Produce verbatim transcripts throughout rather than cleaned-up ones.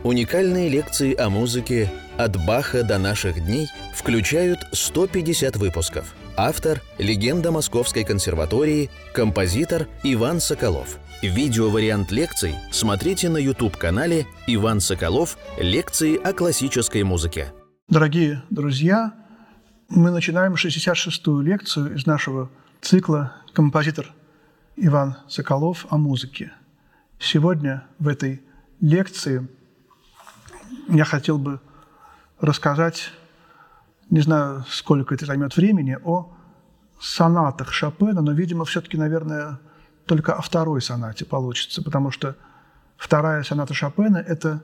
Уникальные лекции о музыке «От Баха до наших дней» включают сто пятьдесят выпусков. Автор – легенда Московской консерватории, композитор Иван Соколов. Видеовариант лекций смотрите на YouTube-канале «Иван Соколов. Лекции о классической музыке». Дорогие друзья, мы начинаем шестьдесят шестую лекцию из нашего цикла «Композитор Иван Соколов о музыке». Сегодня в этой лекции я хотел бы рассказать, не знаю, сколько это займет времени, о сонатах Шопена, но, видимо, все-таки, наверное, только о второй сонате получится, потому что вторая соната Шопена – это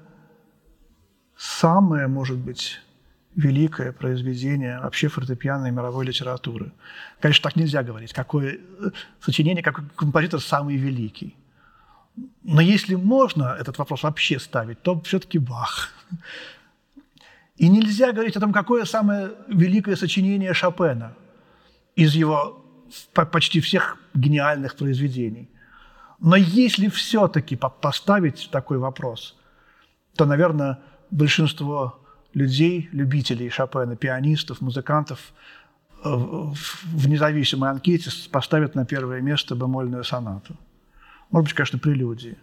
самое, может быть, великое произведение вообще фортепианной мировой литературы. Конечно, так нельзя говорить, какое сочинение, какой композитор самый великий. Но если можно этот вопрос вообще ставить, то все-таки Бах. И нельзя говорить о том, какое самое великое сочинение Шопена из его почти всех гениальных произведений. Но если все-таки поставить такой вопрос, то, наверное, большинство людей, любителей Шопена, пианистов, музыкантов в независимой анкете поставят на первое место бемольную сонату. Может быть, конечно, прелюдии.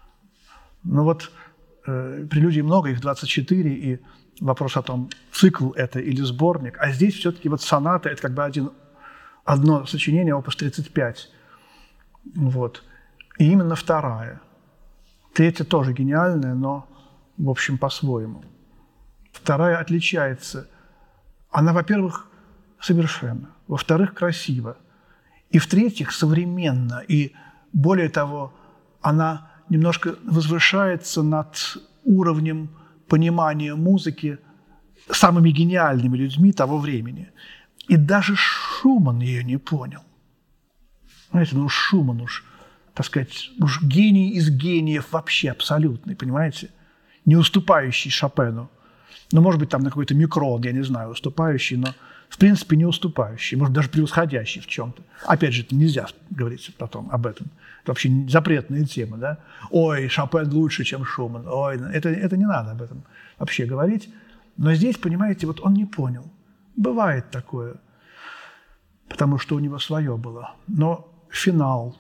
Но вот э, прелюдий много, их двадцать четыре, и вопрос о том, цикл это или сборник. А здесь все-таки вот соната – это как бы один, одно сочинение, опус тридцать пять. Вот. И именно вторая. Третья тоже гениальная, но, в общем, по-своему. Вторая отличается. Она, во-первых, совершенна, во-вторых, красива, и, в-третьих, современна, и более того, она немножко возвышается над уровнем понимания музыки самыми гениальными людьми того времени. И даже Шуман ее не понял. Знаете, ну Шуман уж, так сказать, уж гений из гениев вообще абсолютный, понимаете? Не уступающий Шопену. Ну, может быть, там на какой-то микрон, я не знаю, уступающий, но в принципе не уступающий, может, даже превосходящий в чем-то. Опять же, это нельзя говорить потом об этом. Это вообще запретная тема, да? Ой, Шопен лучше, чем Шуман. Ой, это, это не надо об этом вообще говорить. Но здесь, понимаете, вот он не понял. Бывает такое, потому что у него свое было. Но финал,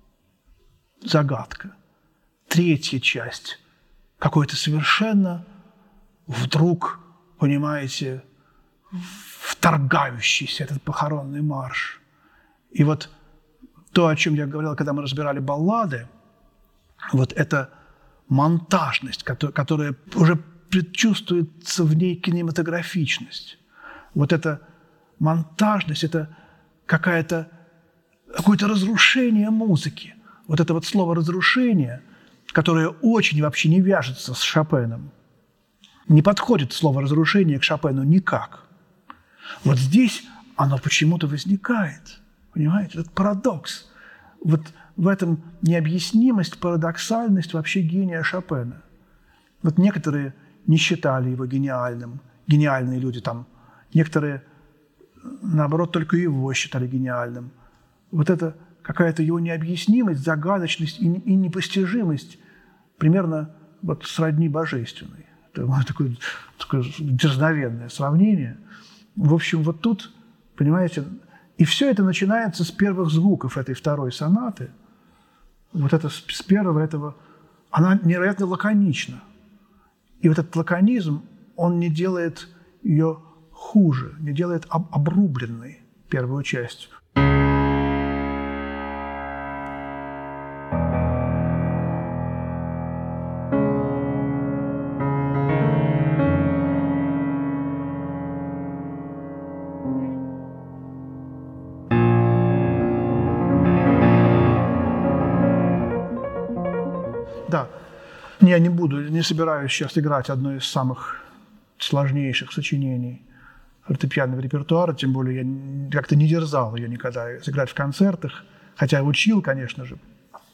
загадка, третья часть, какой-то совершенно вдруг, понимаете, вторгающийся этот похоронный марш. И вот то, о чем я говорил, когда мы разбирали баллады, вот эта монтажность, которая уже предчувствуется в ней кинематографичность. Вот эта монтажность – это какая-то, какое-то разрушение музыки. Вот это вот слово «разрушение», которое очень вообще не вяжется с Шопеном. Не подходит слово «разрушение» к Шопену никак. Вот здесь оно почему-то возникает. Понимаете? Этот парадокс. Вот в этом необъяснимость, парадоксальность вообще гения Шопена. Вот некоторые не считали его гениальным, гениальные люди там. Некоторые, наоборот, только его считали гениальным. Вот это какая-то его необъяснимость, загадочность и непостижимость примерно вот сродни божественной. Это такое, такое дерзновенное сравнение. В общем, вот тут, понимаете, и все это начинается с первых звуков этой второй сонаты. Вот это с первого этого, она невероятно лаконична. И вот этот лаконизм, он не делает ее хуже, не делает об, обрубленной первую часть. Да, я не буду, не собираюсь сейчас играть одно из самых сложнейших сочинений фортепианного репертуара, тем более я как-то не дерзал ее никогда сыграть в концертах, хотя учил, конечно же.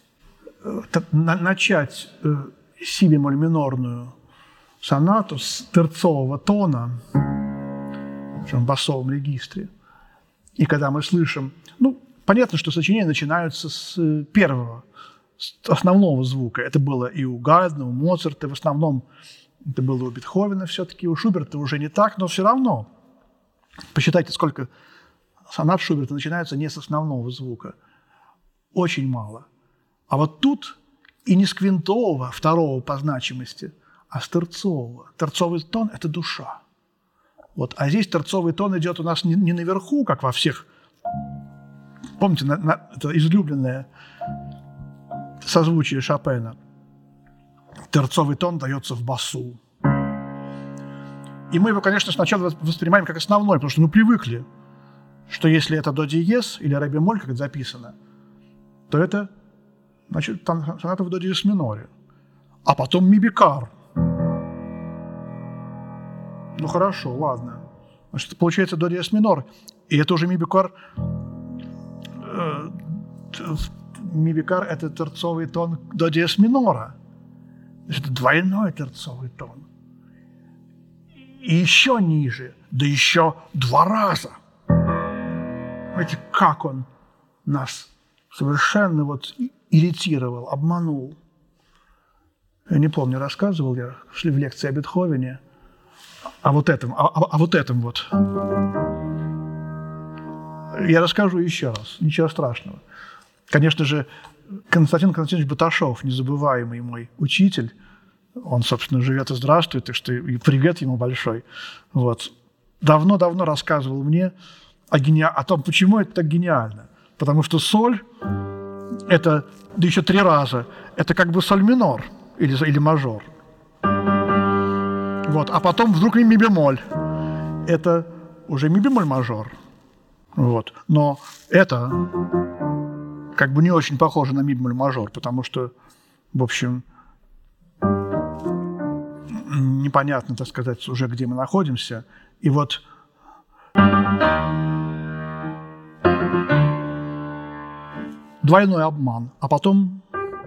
Начать си-бемоль минорную сонату с терцового тона в басовом регистре. И когда мы слышим, ну, понятно, что сочинения начинаются с первого, с основного звука. Это было и у Гайдна, у Моцарта, в основном Это было у Бетховена все-таки, у Шуберта уже не так, но все равно. Посчитайте, сколько сонат Шуберта начинаются не с основного звука. Очень мало. А вот тут и не с квинтового, второго по значимости, а с терцового. Терцовый тон – это душа. Вот. А здесь терцовый тон идет у нас не, не наверху, как во всех. Помните, на, на, это излюбленное созвучие Шопена. Терцовый тон дается в басу. И мы его, конечно, сначала воспринимаем как основной, потому что мы привыкли, что если это до диез или ре бемоль, как это записано, то это, значит, соната в до диез миноре. А потом ми бикар. Ну хорошо, ладно. Значит, получается до диез минор. И это уже ми бикар. Э, ми бикар – это терцовый тон до диез минора. Это двойной терцовый тон. И еще ниже, да еще два раза. Знаете, как он нас совершенно вот ирритировал, обманул. Я не помню, рассказывал я в лекции о Бетховене, о вот этом, о, о, о вот этом вот. Я расскажу еще раз, ничего страшного. Конечно же, Константин Константинович Баташов, незабываемый мой учитель, он, собственно, живет и здравствует, так что и привет ему большой. Вот. Давно-давно рассказывал мне о, гени... о том, почему это так гениально. Потому что соль – это, да еще три раза, это как бы соль минор или, или мажор. Вот. А потом вдруг ми бемоль. Это уже ми бемоль мажор. Вот. Но это как бы не очень похоже на ми бемоль мажор, потому что, в общем, непонятно, так сказать, уже где мы находимся. И вот двойной обман. А потом...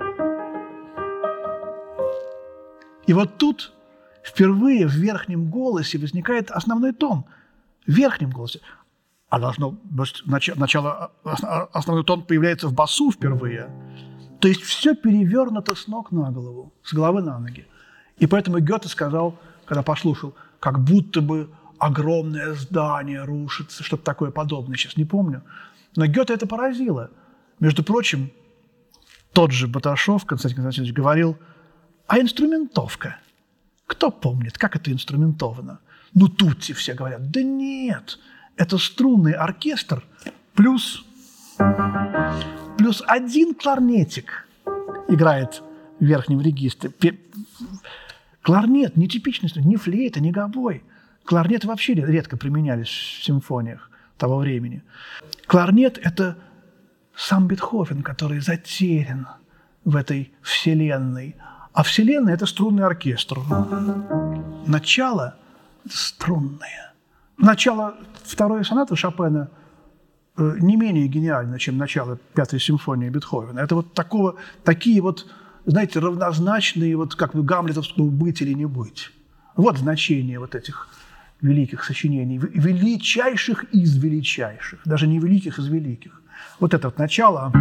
И вот тут впервые в верхнем голосе возникает основной тон. В верхнем голосе. А должно быть начало, основной тон появляется в басу впервые. То есть все перевернуто с ног на голову, с головы на ноги. И поэтому Гёте сказал, когда послушал, как будто бы огромное здание рушится, что-то такое подобное, сейчас не помню. Но Гёте это поразило. Между прочим, тот же Баташов, Константин Константинович, говорил, а инструментовка? Кто помнит, как это инструментовано? Ну, тут все говорят, да нет, это струнный оркестр плюс, плюс один кларнетик играет в верхнем регистре. Кларнет, нетипичный инструмент, ни флейта, ни гобой. Кларнеты вообще редко применялись в симфониях того времени. Кларнет – это сам Бетховен, который затерян в этой вселенной. А вселенная – это струнный оркестр. Начало – это струнное. Начало второй сонаты Шопена не менее гениально, чем начало пятой симфонии Бетховена. Это вот такого, такие вот, знаете, равнозначные, вот как бы гамлетовскому «быть или не быть». Вот значение вот этих великих сочинений, величайших из величайших, даже не великих из великих. Вот это вот начало.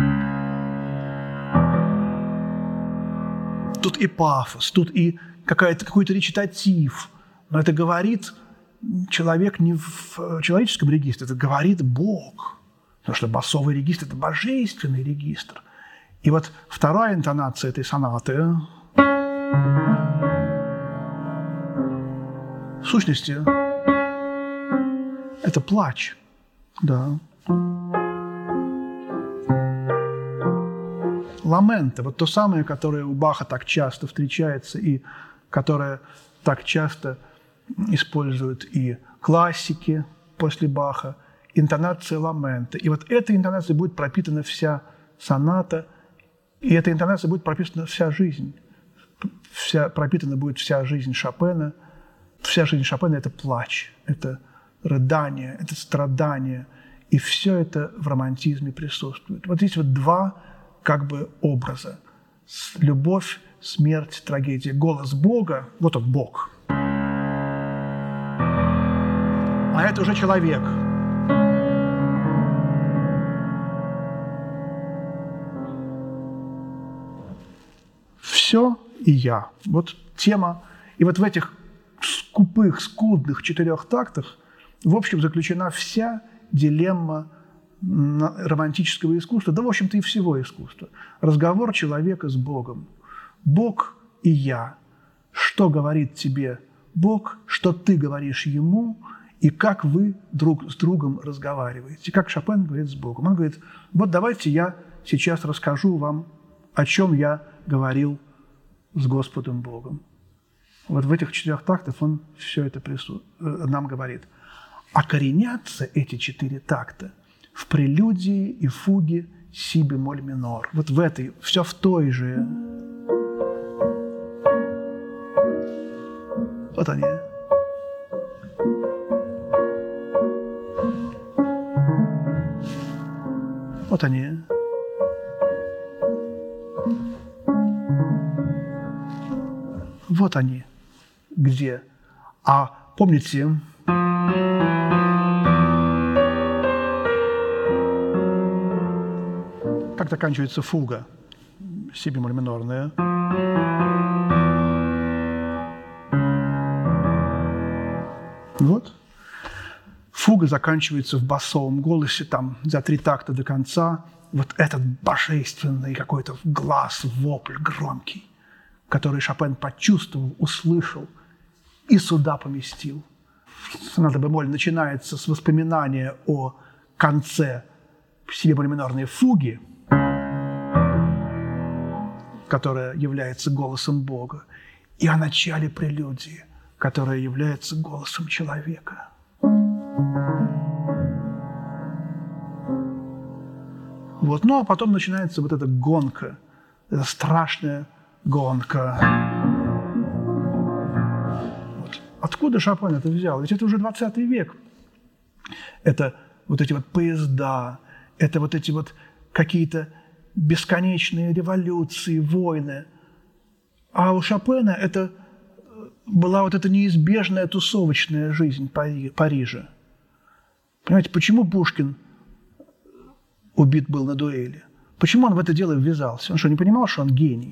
Тут и пафос, тут и какая-то, какой-то речитатив. Но это говорит человек не в человеческом регистре, это говорит Бог. Потому что басовый регистр – это божественный регистр. И вот вторая интонация этой сонаты в сущности это плач. Да. Ламенте, вот то самое, которое у Баха так часто встречается и которое так часто используют и классики после Баха, интонация ламента. И вот этой интонацией будет пропитана вся соната, и этой интонацией будет пропитана вся жизнь. Вся, пропитана будет вся жизнь Шопена. Вся жизнь Шопена – это плач, это рыдание, это страдание. И все это в романтизме присутствует. Вот здесь вот два как бы образа. Любовь, смерть, трагедия. Голос Бога – вот он, Бог. А это уже человек. Все и я. Вот тема И вот в этих скупых, скудных четырех тактах, в общем, заключена вся дилемма романтического искусства, да, в общем-то, и всего искусства. Разговор человека с Богом. Бог и я. Что говорит тебе Бог, что ты говоришь Ему, и как вы друг с другом разговариваете. Как Шопен говорит с Богом. Он говорит, вот давайте я сейчас расскажу вам, о чем я говорил с Господом Богом. Вот в этих четырех тактах он все это прису... нам говорит. А коренятся эти четыре такта в прелюдии и фуге си бемоль минор. Вот в этой, все в той же. Вот они. Вот они. Вот они. Где? А помните, как заканчивается фуга си бемоль минорная? Вот. Фуга заканчивается в басовом голосе, там за три такта до конца. Вот этот божественный какой-то глаз, вопль громкий, который Шопен почувствовал, услышал и сюда поместил. Соната бемоль начинается с воспоминания о конце си бемоль минорной фуги, которая является голосом Бога, и о начале прелюдии, которая является голосом человека. Вот. Ну, а потом начинается вот эта гонка, эта страшная гонка. Вот. Откуда Шопен это взял? Ведь это уже двадцатый век. Это вот эти вот поезда, это вот эти вот какие-то бесконечные революции, войны. А у Шопена это была вот эта неизбежная тусовочная жизнь Парижа. Понимаете, почему Пушкин убит был на дуэли? Почему он в это дело ввязался? Он что, не понимал, что он гений?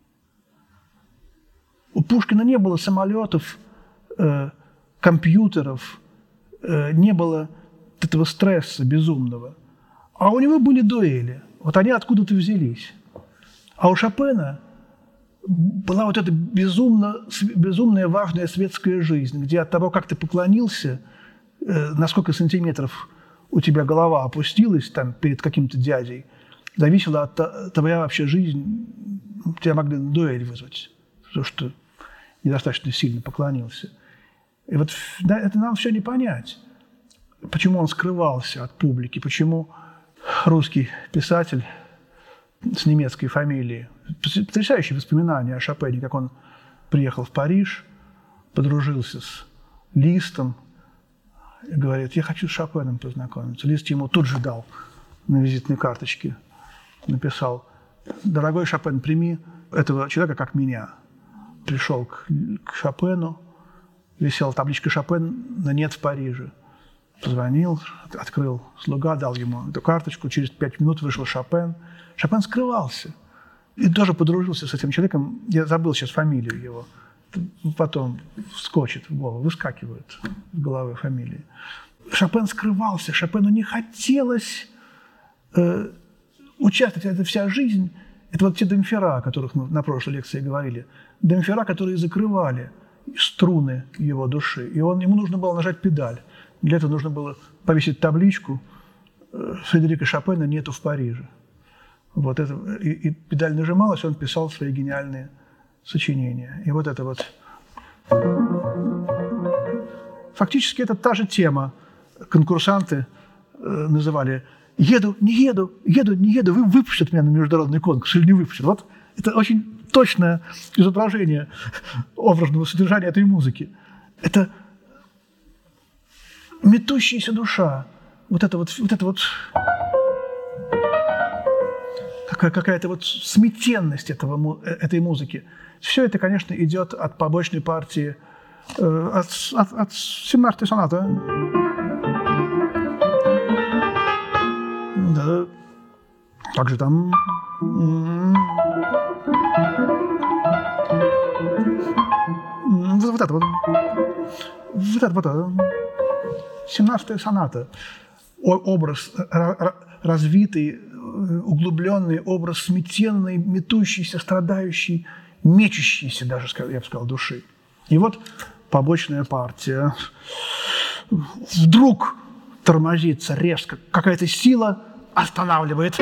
У Пушкина не было самолетов, э, компьютеров, э, не было этого стресса безумного. А у него были дуэли. Вот они откуда-то взялись. А у Шопена была вот эта безумно, безумная важная светская жизнь, где от того, как ты поклонился, э, на сколько сантиметров у тебя голова опустилась там, перед каким-то дядей, зависела от твоя вообще жизнь, тебя могли на дуэль вызвать, потому что недостаточно сильно поклонился. И вот да, это нам все не понять. Почему он скрывался от публики, почему русский писатель с немецкой фамилией, потрясающие воспоминания о Шопене, как он приехал в Париж, подружился с Листом, и говорит, я хочу с Шопеном познакомиться. Лист ему тут же дал на визитной карточке, написал, дорогой Шопен, прими этого человека как меня. Пришел к, к Шопену, висела табличка Шопена «Нет в Париже». Позвонил, открыл слуга, дал ему эту карточку, через пять минут вышел Шопен. Шопен скрывался и тоже подружился с этим человеком, я забыл сейчас фамилию его, потом вскочит в голову, выскакивает с головы фамилии. Шопен скрывался, Шопену не хотелось э, участвовать, это вся жизнь. Это вот те демпфера, о которых мы на прошлой лекции говорили. Демпфера, которые закрывали струны его души. И он, ему нужно было нажать педаль. Для этого нужно было повесить табличку «Фредерика Шопена нету в Париже». Вот это, и, и педаль нажималась, он писал свои гениальные сочинения. И вот это вот. Фактически это та же тема. Конкурсанты э, называли «Еду, не еду, еду, не еду, вы выпустят меня на международный конкурс или не выпустят». Вот это очень точное изображение образного содержания этой музыки. Это метущаяся душа. Вот это вот, вот это вот какая-то вот сметенность этого, этой музыки. Все это, конечно, идет от побочной партии, э, от, от, от семнадцатой сонаты. Да. Также там... вот это вот. Вот это вот. семнадцатая соната. Образ развитый, углубленный, образ сметенный, метущийся, страдающий, мечущийся даже, я бы сказал, души. И вот побочная партия. Вдруг тормозится резко, какая-то сила останавливает.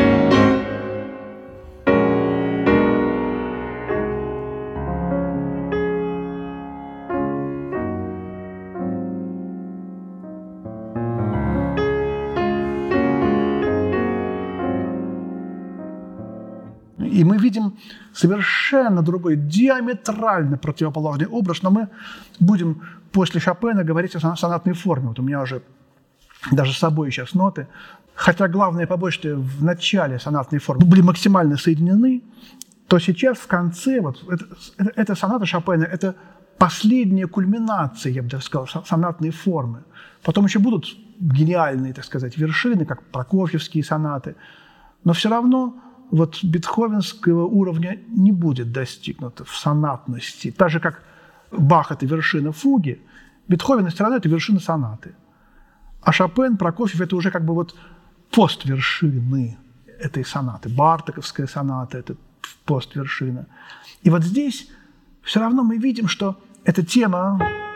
И мы видим совершенно другой, диаметрально противоположный образ, но мы будем после Шопена говорить о сонатной форме. Вот у меня уже даже с собой сейчас ноты. Хотя главные побочные в начале сонатной формы были максимально соединены, то сейчас в конце, вот это, эта соната Шопена – это последняя кульминация, я бы даже сказал, сонатной формы. Потом еще будут гениальные, так сказать, вершины, как прокофьевские сонаты, но все равно вот бетховенского уровня не будет достигнуто в сонатности. Так же, как Бах – это вершина фуги, Бетховен все равно это вершина сонаты. А Шопен, Прокофьев – это уже как бы вот поствершины этой сонаты. Бартоковская соната – это поствершина. И вот здесь все равно мы видим, что эта тема,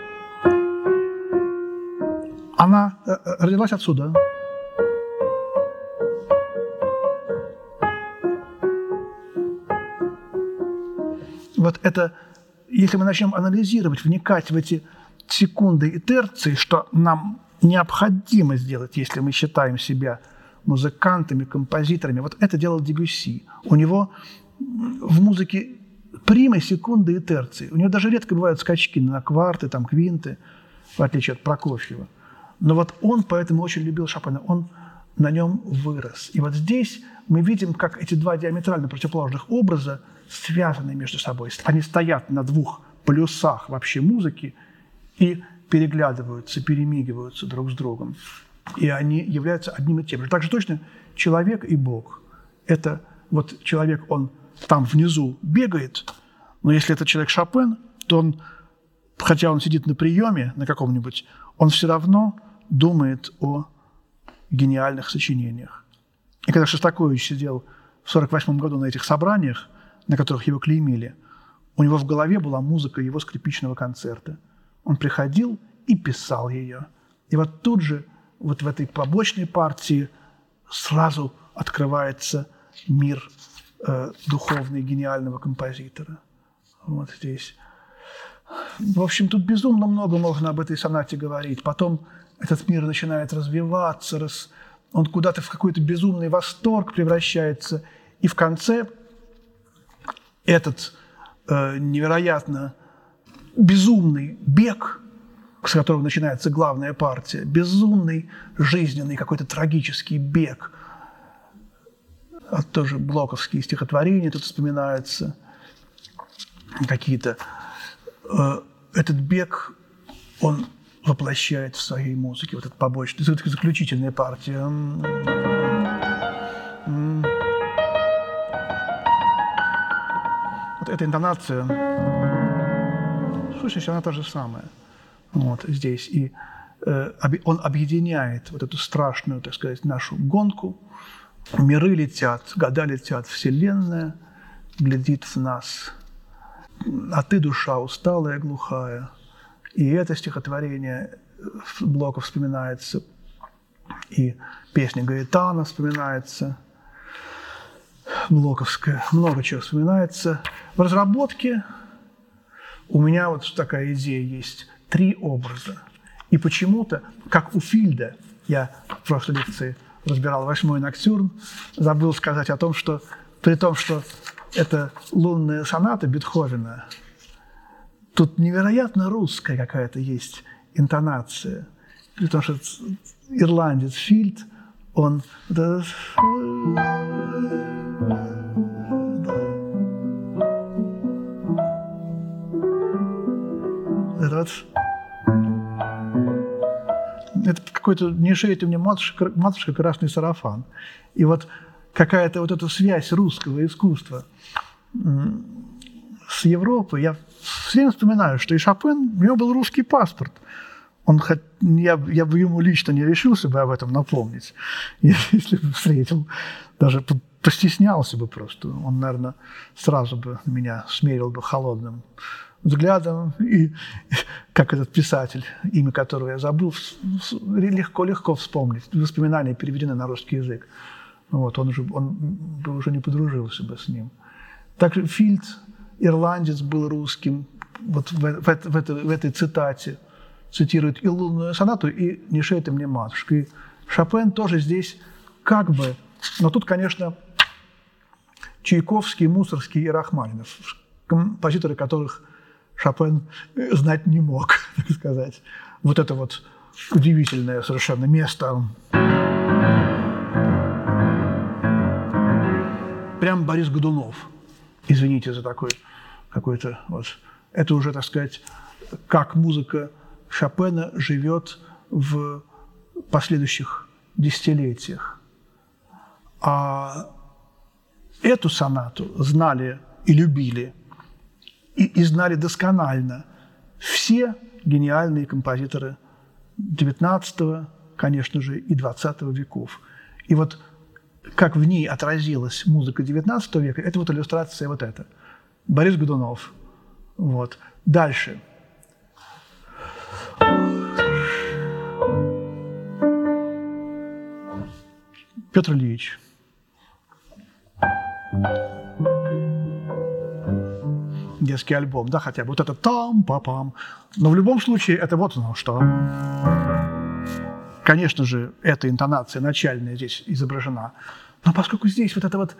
она родилась отсюда. Вот это, если мы начнем анализировать, вникать в эти секунды и терции, что нам необходимо сделать, если мы считаем себя музыкантами, композиторами, вот это делал Дебюсси. У него в музыке примы, секунды и терции. У него даже редко бывают скачки на кварты, там, квинты, в отличие от Прокофьева. Но вот он поэтому очень любил Шопена, он на нем вырос. И вот здесь мы видим, как эти два диаметрально противоположных образа связаны между собой. Они стоят на двух полюсах вообще музыки и переглядываются, перемигиваются друг с другом. И они являются одним и тем же. Так же точно человек и Бог. Это вот человек, он там внизу бегает, но если это человек Шопен, то он, хотя он сидит на приеме на каком-нибудь, он все равно думает о гениальных сочинениях. И когда Шостакович сидел в сорок восьмом году на этих собраниях, на которых его клеймили, у него в голове была музыка его скрипичного концерта. Он приходил и писал ее. И вот тут же, вот в этой побочной партии сразу открывается мир э, духовный гениального композитора. Вот здесь. В общем, тут безумно много можно об этой сонате говорить. Потом этот мир начинает развиваться, рас... он куда-то в какой-то безумный восторг превращается. И в конце этот э, невероятно безумный бег, с которого начинается главная партия, безумный, жизненный, какой-то трагический бег. А тоже блоковские стихотворения тут вспоминаются, какие-то. Э, этот бег, он воплощает в своей музыке, вот эта побочная, заключительная партия. Вот эта интонация, в сущности, она та же самая. Вот здесь. И э, он объединяет вот эту страшную, так сказать, нашу гонку. Миры летят, года летят, вселенная глядит в нас. А ты, душа усталая, глухая. И это стихотворение Блоков вспоминается, и песня Гаэтана вспоминается, блоковская, много чего вспоминается. В разработке у меня вот такая идея есть. Три образа. И почему-то, как у Фильда, я в прошлой лекции разбирал восьмой ноктюрн, забыл сказать о том, что при том, что это лунная соната Бетховена, тут невероятно русская какая-то есть интонация. При том, что ирландец Фильд, он... Это вот... Это какой-то «не шей ты мне, матушка, матушка, красный сарафан». И вот какая-то вот эта связь русского искусства с Европы, я все время вспоминаю, что и Шопен, у него был русский паспорт. Он, я, я бы ему лично не решился бы об этом напомнить, если бы встретил, даже постеснялся бы просто. Он, наверное, сразу бы меня смерил бы холодным взглядом. И как этот писатель, имя которого я забыл, легко-легко вспомнить. Воспоминания переведены на русский язык. Вот, он, уже, он бы уже не подружился бы с ним. Также Фильд, ирландец, был русским. Вот в, в, в, этой, в этой цитате цитирует и лунную сонату, и «Не шей ты мне, матушка». И Шопен тоже здесь как бы... Но тут, конечно, Чайковский, Мусоргский и Рахманинов, композиторы, которых Шопен знать не мог, так сказать. Вот это вот удивительное совершенно место. Прям Борис Годунов. Извините за такой какой-то вот... Это уже, так сказать, как музыка Шопена живет в последующих десятилетиях. А эту сонату знали и любили, и, и знали досконально все гениальные композиторы девятнадцатого, конечно же, и двадцатого веков. И вот как в ней отразилась музыка девятнадцатого века, это вот иллюстрация вот эта. Борис Годунов. Вот. Дальше. Петр Ильич. Детский альбом, да, хотя бы. Вот это там-па-пам. Но в любом случае, это вот оно что. Конечно же, эта интонация начальная здесь изображена. Но поскольку здесь вот это вот...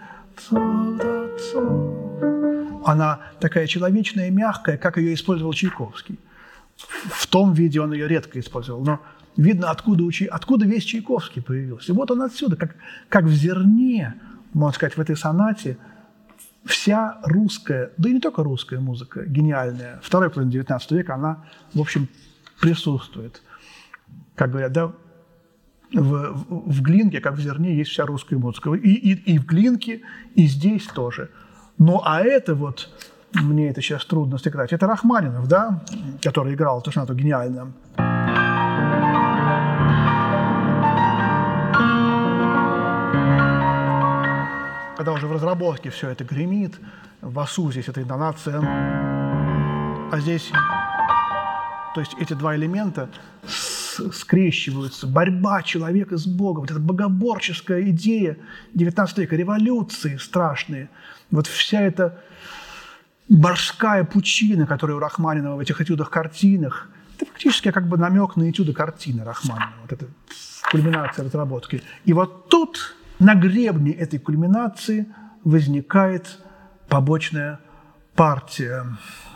Она такая человечная, мягкая, как ее использовал Чайковский. В том виде он ее редко использовал. Но видно, откуда, учи... откуда весь Чайковский появился. И вот он отсюда, как, как в зерне, можно сказать, в этой сонате, вся русская, да и не только русская музыка, гениальная, второй половины девятнадцатого века, она, в общем, присутствует. Как говорят, да, в, в, в Глинке, как в зерне, есть вся русская музыка. И, и, и в Глинке, и здесь тоже. Ну, а это вот, мне это сейчас трудно сказать, это Рахманинов, да, который играл эту сонату гениально. Когда уже в разработке все это гремит, в басу здесь эта интонация, а здесь, то есть эти два элемента скрещиваются, борьба человека с Богом, вот эта богоборческая идея девятнадцатого века, революции страшные, вот вся эта морская пучина, которая у Рахманинова в этих этюдах-картинах, это фактически как бы намек на этюды картины Рахманинова, вот это кульминация разработки. И вот тут на гребне этой кульминации возникает побочная партия.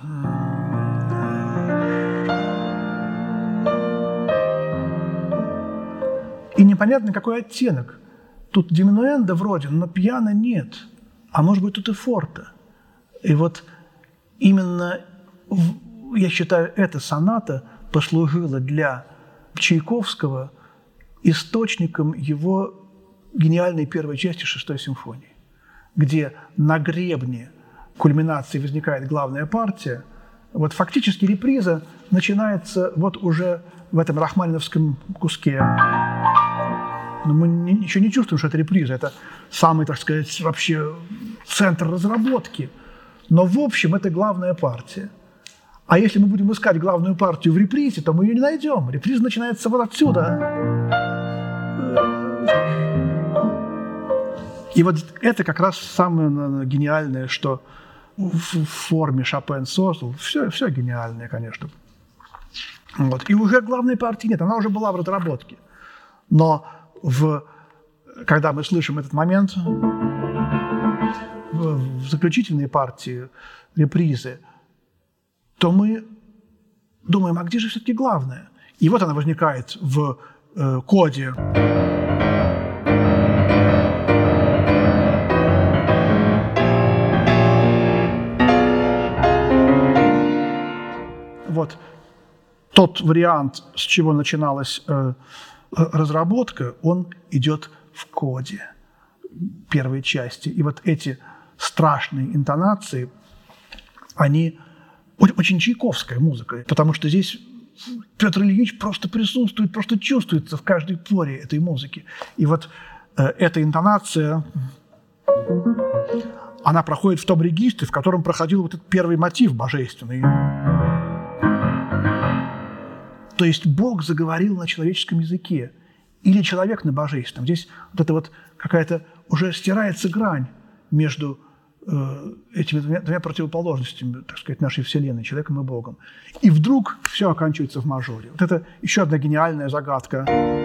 И непонятно, какой оттенок. Тут диминуэнда вроде, но пиано нет. А может быть, тут и форте. И вот именно, я считаю, эта соната послужила для Чайковского источником его гениальной первой части шестой симфонии, где на гребне кульминации возникает главная партия. Вот фактически реприза начинается вот уже в этом рахманиновском куске. Но мы ничего не чувствуем, что это реприза. Это самый, так сказать, вообще центр разработки. Но в общем это главная партия. А если мы будем искать главную партию в репризе, то мы ее не найдем. Реприза начинается вот отсюда. И вот это как раз самое гениальное, что в форме Шопен создал. Все, все гениальное, конечно. Вот. И уже главной партии нет, она уже была в разработке. Но в, когда мы слышим этот момент, в, в заключительной партии репризы, то мы думаем, а где же все-таки главное? И вот она возникает в э, коде. Вот тот вариант, с чего начиналась э, разработка, он идет в коде первой части. И вот эти страшные интонации они очень чайковская музыка, потому что здесь Петр Ильич просто присутствует, просто чувствуется в каждой поре этой музыки. И вот э, эта интонация, она проходит в том регистре, в котором проходил вот этот первый мотив божественный. То есть Бог заговорил на человеческом языке или человек на божественном. Здесь вот это вот какая-то уже стирается грань между э, этими двумя, двумя противоположностями, так сказать, нашей Вселенной, человеком и Богом. И вдруг все оканчивается в мажоре. Вот это еще одна гениальная загадка.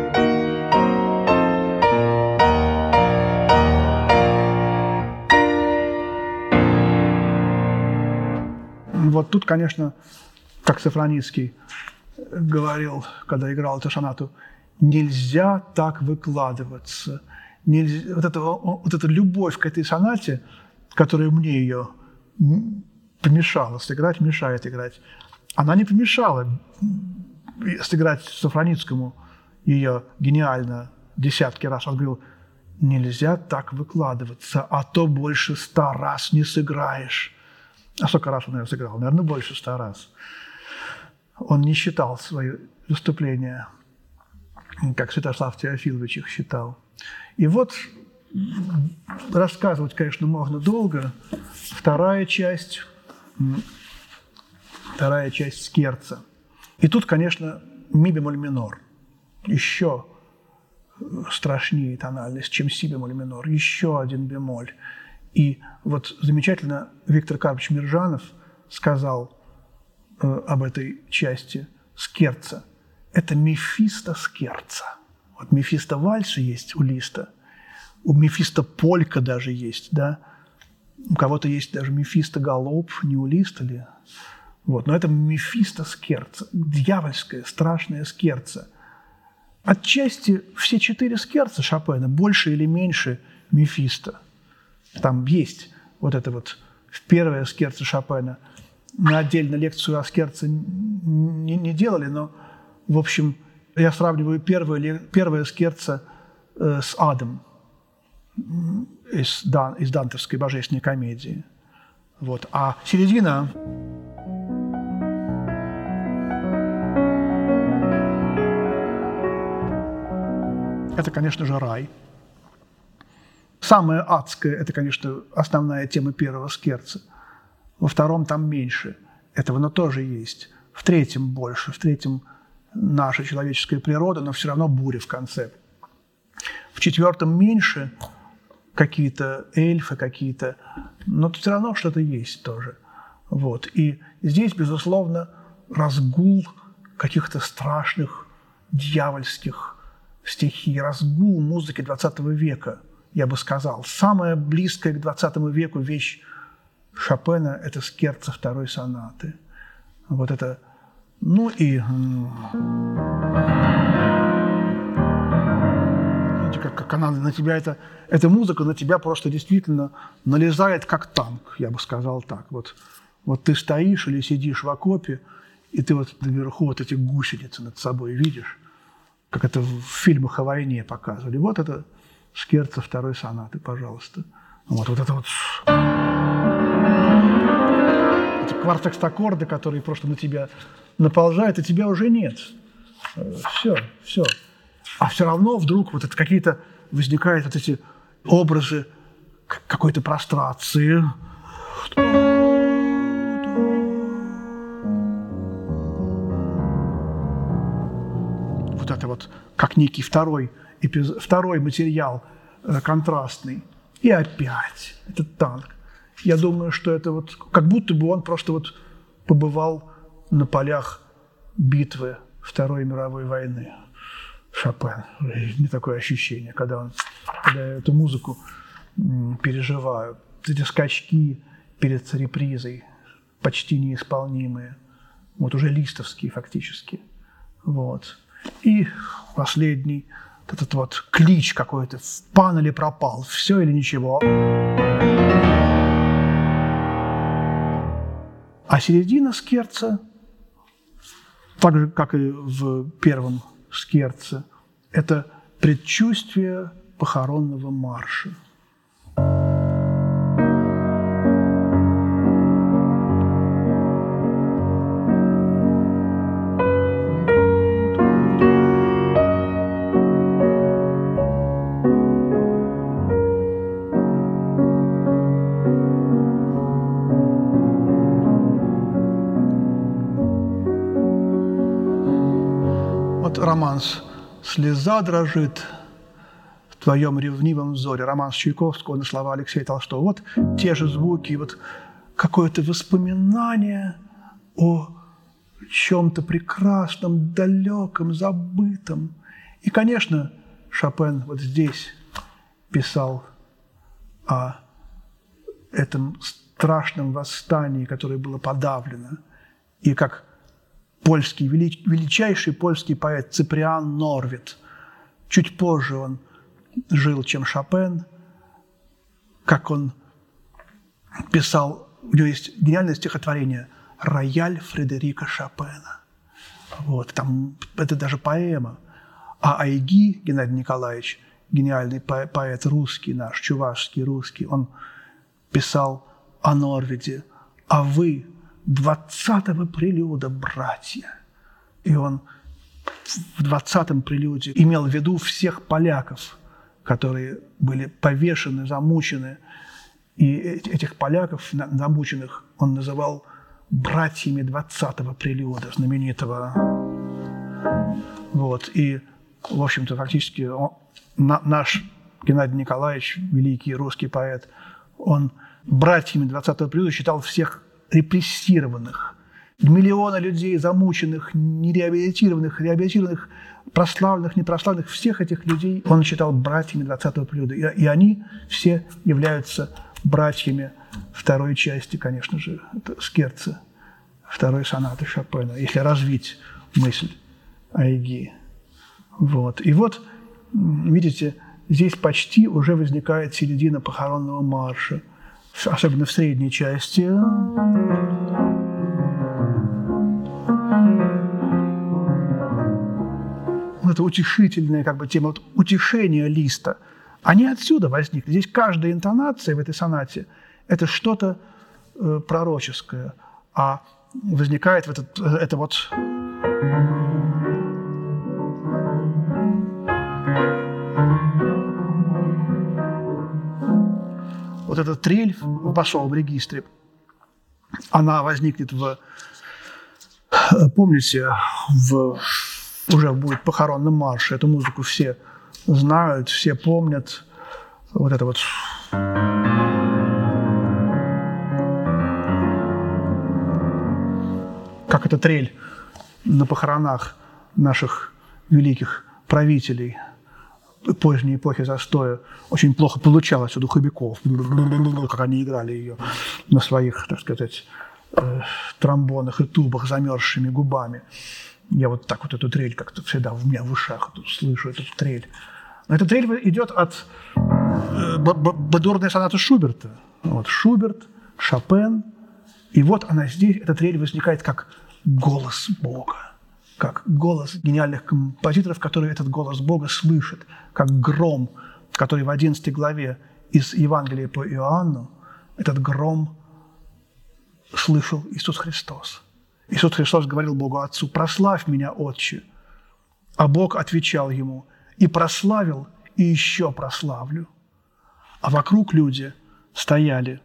Вот тут, конечно, как Сафроницкий говорил, когда играл эту сонату, нельзя так выкладываться. Нельзя, вот, это, вот эта любовь к этой сонате, которая мне ее помешала сыграть, мешает играть, она не помешала сыграть Сафроницкому ее гениально десятки раз. Он говорил, нельзя так выкладываться, а то больше ста раз не сыграешь. А сколько раз он ее сыграл? Наверное, больше ста раз. Он не считал свои выступления, как Святослав Теофилович их считал. И вот рассказывать, конечно, можно долго. Вторая часть, вторая часть скерца. И тут, конечно, ми бемоль минор. Еще страшнее тональность, чем си бемоль минор. Еще один бемоль. И вот замечательно Виктор Карпович Миржанов сказал э, об этой части скерца. Это Мефисто скерца. Вот Мефисто вальса есть у Листа, у Мефисто полька даже есть, да. У кого-то есть даже Мефисто галоп, не у Листа ли. Вот. Но это Мефисто скерца, дьявольская, страшная скерца. Отчасти все четыре скерца Шопена больше или меньше Мефисто. Там есть вот это вот в первое скерцо Шопена. Мы отдельно лекцию о скерце не, не делали, но, в общем, я сравниваю первое, первое скерцо э, с адом из, Дан, из дантовской божественной комедии. Вот. А середина... Это, конечно же, рай. Самое адское – это, конечно, основная тема первого скерца. Во втором там меньше. Этого, но тоже есть. В третьем больше. В третьем наша человеческая природа, но все равно буря в конце. В четвертом меньше какие-то эльфы, какие-то, но все равно что-то есть тоже. Вот. И здесь, безусловно, разгул каких-то страшных дьявольских стихий, разгул музыки двадцатого века. Я бы сказал, самая близкая к двадцатому веку вещь Шопена – это скерцо второй сонаты. Вот это, ну и… Знаете, как, как она на тебя, это, эта музыка на тебя просто действительно налезает, как танк, я бы сказал так. Вот, вот ты стоишь или сидишь в окопе, и ты вот наверху вот эти гусеницы над собой видишь, как это в фильмах о войне показывали. Вот это… скерцо второй сонаты, пожалуйста. Вот, вот это вот. Эти квартекст-аккорды, которые просто на тебя наползают, и тебя уже нет. Все, все. А все равно вдруг вот это какие-то возникают вот эти образы какой-то прострации. Вот это вот как некий второй второй материал э, контрастный. И опять этот танк. Я думаю, что это вот как будто бы он просто вот побывал на полях битвы Второй мировой войны. Шопен. Не такое ощущение, когда, он, когда я эту музыку м, переживаю. Эти скачки перед репризой почти неисполнимые. Вот уже листовские фактически. Вот. И последний этот вот клич какой-то, в пан или пропал, все или ничего. А середина скерца, так же, как и в первом скерце, это предчувствие похоронного марша. вот романс «Слеза дрожит в твоем ревнивом взоре», романс Чайковского на слова Алексея Толстого. Вот те же звуки, вот какое-то воспоминание о чем-то прекрасном, далеком, забытом. И, конечно, Шопен вот здесь писал о этом страшном восстании, которое было подавлено. И как польский, величайший польский поэт Циприан Норвид, чуть позже он жил, чем Шопен, как он писал, у него есть гениальное стихотворение «Рояль Фредерика Шопена». Вот, там, это даже поэма. А Айги Геннадий Николаевич, гениальный поэт русский наш, чувашский русский, он писал о Норвиде: «А вы двадцатого прелюда, братья». И он в двадцатом прелюде имел в виду всех поляков, которые были повешены, замучены. И этих поляков, замученных, он называл братьями двадцатого прелюда, знаменитого. Вот. И, в общем-то, фактически он, на, наш Геннадий Николаевич, великий русский поэт, он братьями двадцатого прелюда считал всех репрессированных, миллионы людей, замученных, нереабилитированных, реабилитированных, прославленных, непрославленных, всех этих людей он считал братьями двадцатого прелюда. И, и они все являются братьями второй части, конечно же, это скерцо второй сонаты Шопена, если развить мысль Айги. Вот. И вот, видите, здесь почти уже возникает середина похоронного марша, особенно в средней части. Вот это утешительная как бы тема, вот утешение Листа, они отсюда возникли. Здесь каждая интонация в этой сонате – это что-то э, пророческое, а возникает в этот, это вот… Вот эта трель в басовом регистре, она возникнет в, помните, в, уже будет похоронном марше. Эту музыку все знают, все помнят. Вот это вот. Как эта трель на похоронах наших великих правителей поздней эпохи застоя очень плохо получалось у духовиков, как они играли ее на своих, так сказать, тромбонах и тубах замерзшими губами. Я вот так вот эту трель как-то всегда у меня в ушах слышу, эту трель. Но эта трель идет от бадурной сонаты Шуберта. Вот Шуберт, Шопен. И вот она здесь, эта трель возникает как голос Бога, как голос гениальных композиторов, которые этот голос Бога слышат, как гром, который в одиннадцатой главе из Евангелия по Иоанну, этот гром слышал Иисус Христос. Иисус Христос говорил Богу Отцу: «Прославь меня, Отче». А Бог отвечал ему: «И прославил, и еще прославлю». А вокруг люди стояли,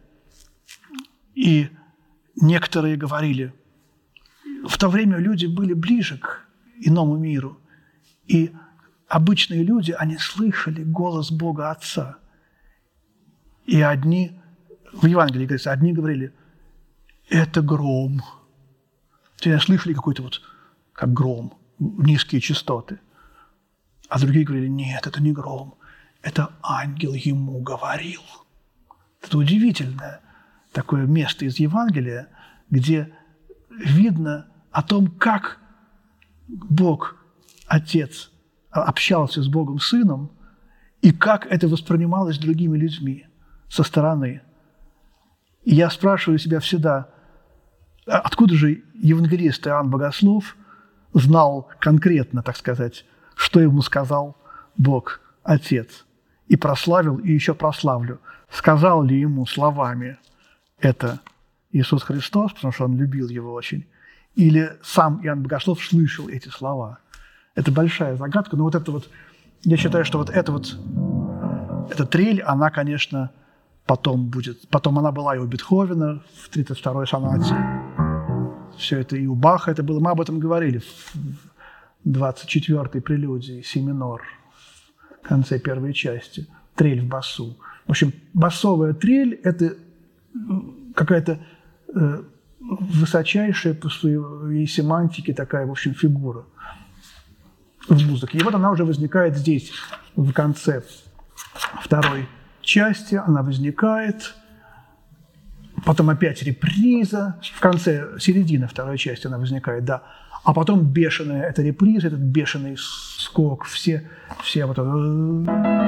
и некоторые говорили, в то время люди были ближе к иному миру, и обычные люди, они слышали голос Бога Отца. И одни, в Евангелии говорится, одни говорили: «Это гром». То есть слышали какой-то вот, как гром, низкие частоты. А другие говорили: «Нет, это не гром, это ангел ему говорил». Это удивительное такое место из Евангелия, где видно о том, как Бог, Отец, общался с Богом Сыном, и как это воспринималось другими людьми со стороны. И я спрашиваю себя всегда, откуда же евангелист Иоанн Богослов знал конкретно, так сказать, что ему сказал Бог, Отец, и прославил, и еще прославлю. Сказал ли ему словами это Иисус Христос, потому что он любил его очень, или сам Иоанн Богослов слышал эти слова? Это большая загадка, но вот это вот, я считаю, что вот эта вот, эта трель, она, конечно, потом будет, потом она была и у Бетховена в тридцать второй сонате, все это и у Баха это было, мы об этом говорили в, двадцать четвёртой прелюдии, си минор, в конце первой части, трель в басу. В общем, басовая трель – это какая-то э, высочайшая по своей семантике такая, в общем, фигура в музыке. И вот она уже возникает здесь, в конце второй части, она возникает, потом опять реприза, в конце, середины второй части она возникает, да, а потом бешеная эта реприза, этот бешеный скок, все, все вот это...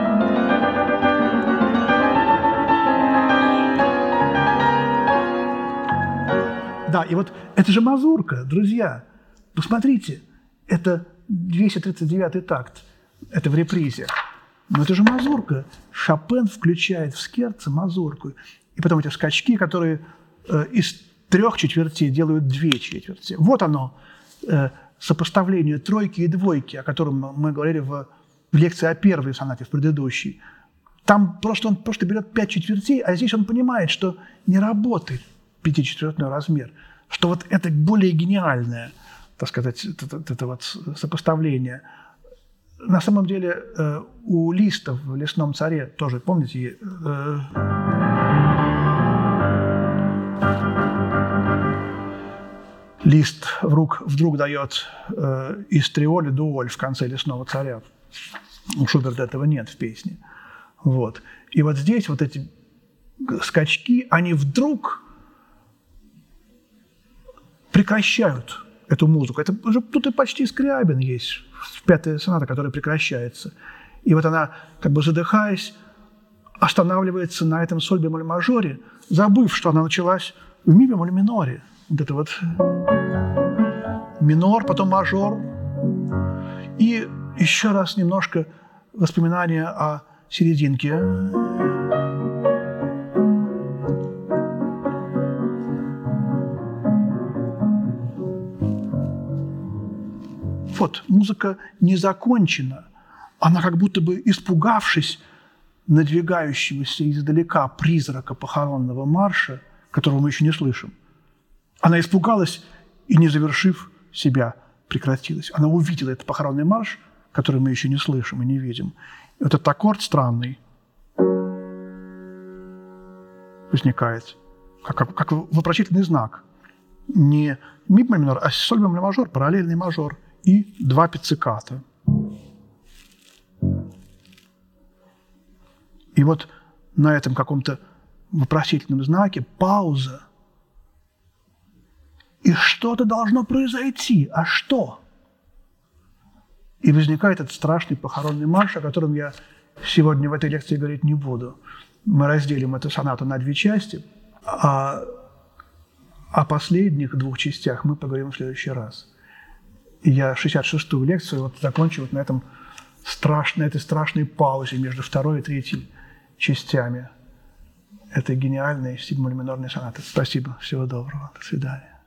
Да, и вот это же мазурка, друзья. Посмотрите, это двести тридцать девятый такт, это в репризе. Но это же мазурка. Шопен включает в скерцо мазурку. И потом эти скачки, которые э, из трех четвертей делают две четверти. Вот оно, э, сопоставление тройки и двойки, о котором мы говорили в, в лекции о первой сонате, в предыдущей. Там просто он просто берет пять четвертей, а здесь он понимает, что не работает пятичетвертный размер, что вот это более гениальное, так сказать, это, это вот сопоставление. На самом деле у Листа в «Лесном царе» тоже, помните, Лист вдруг, вдруг дает из триоли дуоль в конце «Лесного царя». У Шуберта этого нет в песне. Вот. И вот здесь вот эти скачки, они вдруг прекращают эту музыку. Это уже тут и почти Скрябин есть, пятая соната, которая прекращается. И вот она, как бы задыхаясь, останавливается на этом соль-бемоль-мажоре, забыв, что она началась в ми-бемоль-миноре. Вот это вот минор, потом мажор. И еще раз немножко воспоминания о серединке. Вот, музыка не закончена. Она как будто бы, испугавшись надвигающегося издалека призрака похоронного марша, которого мы еще не слышим, она испугалась и, не завершив себя, прекратилась. Она увидела этот похоронный марш, который мы еще не слышим и не видим. И этот аккорд странный возникает, как, как, как вопросительный знак. Не ми бемоль минор, а соль бемоль мажор, параллельный мажор. И два пицциката. И вот на этом каком-то вопросительном знаке пауза. И что-то должно произойти. А что? И возникает этот страшный похоронный марш, о котором я сегодня в этой лекции говорить не буду. Мы разделим эту сонату на две части, а о последних двух частях мы поговорим в следующий раз. И я шестьдесят шестую лекцию вот закончу вот на, этом страшной, этой страшной паузе между второй и третьей частями этой гениальной си бемоль минорной сонаты. Спасибо. Всего доброго. До свидания.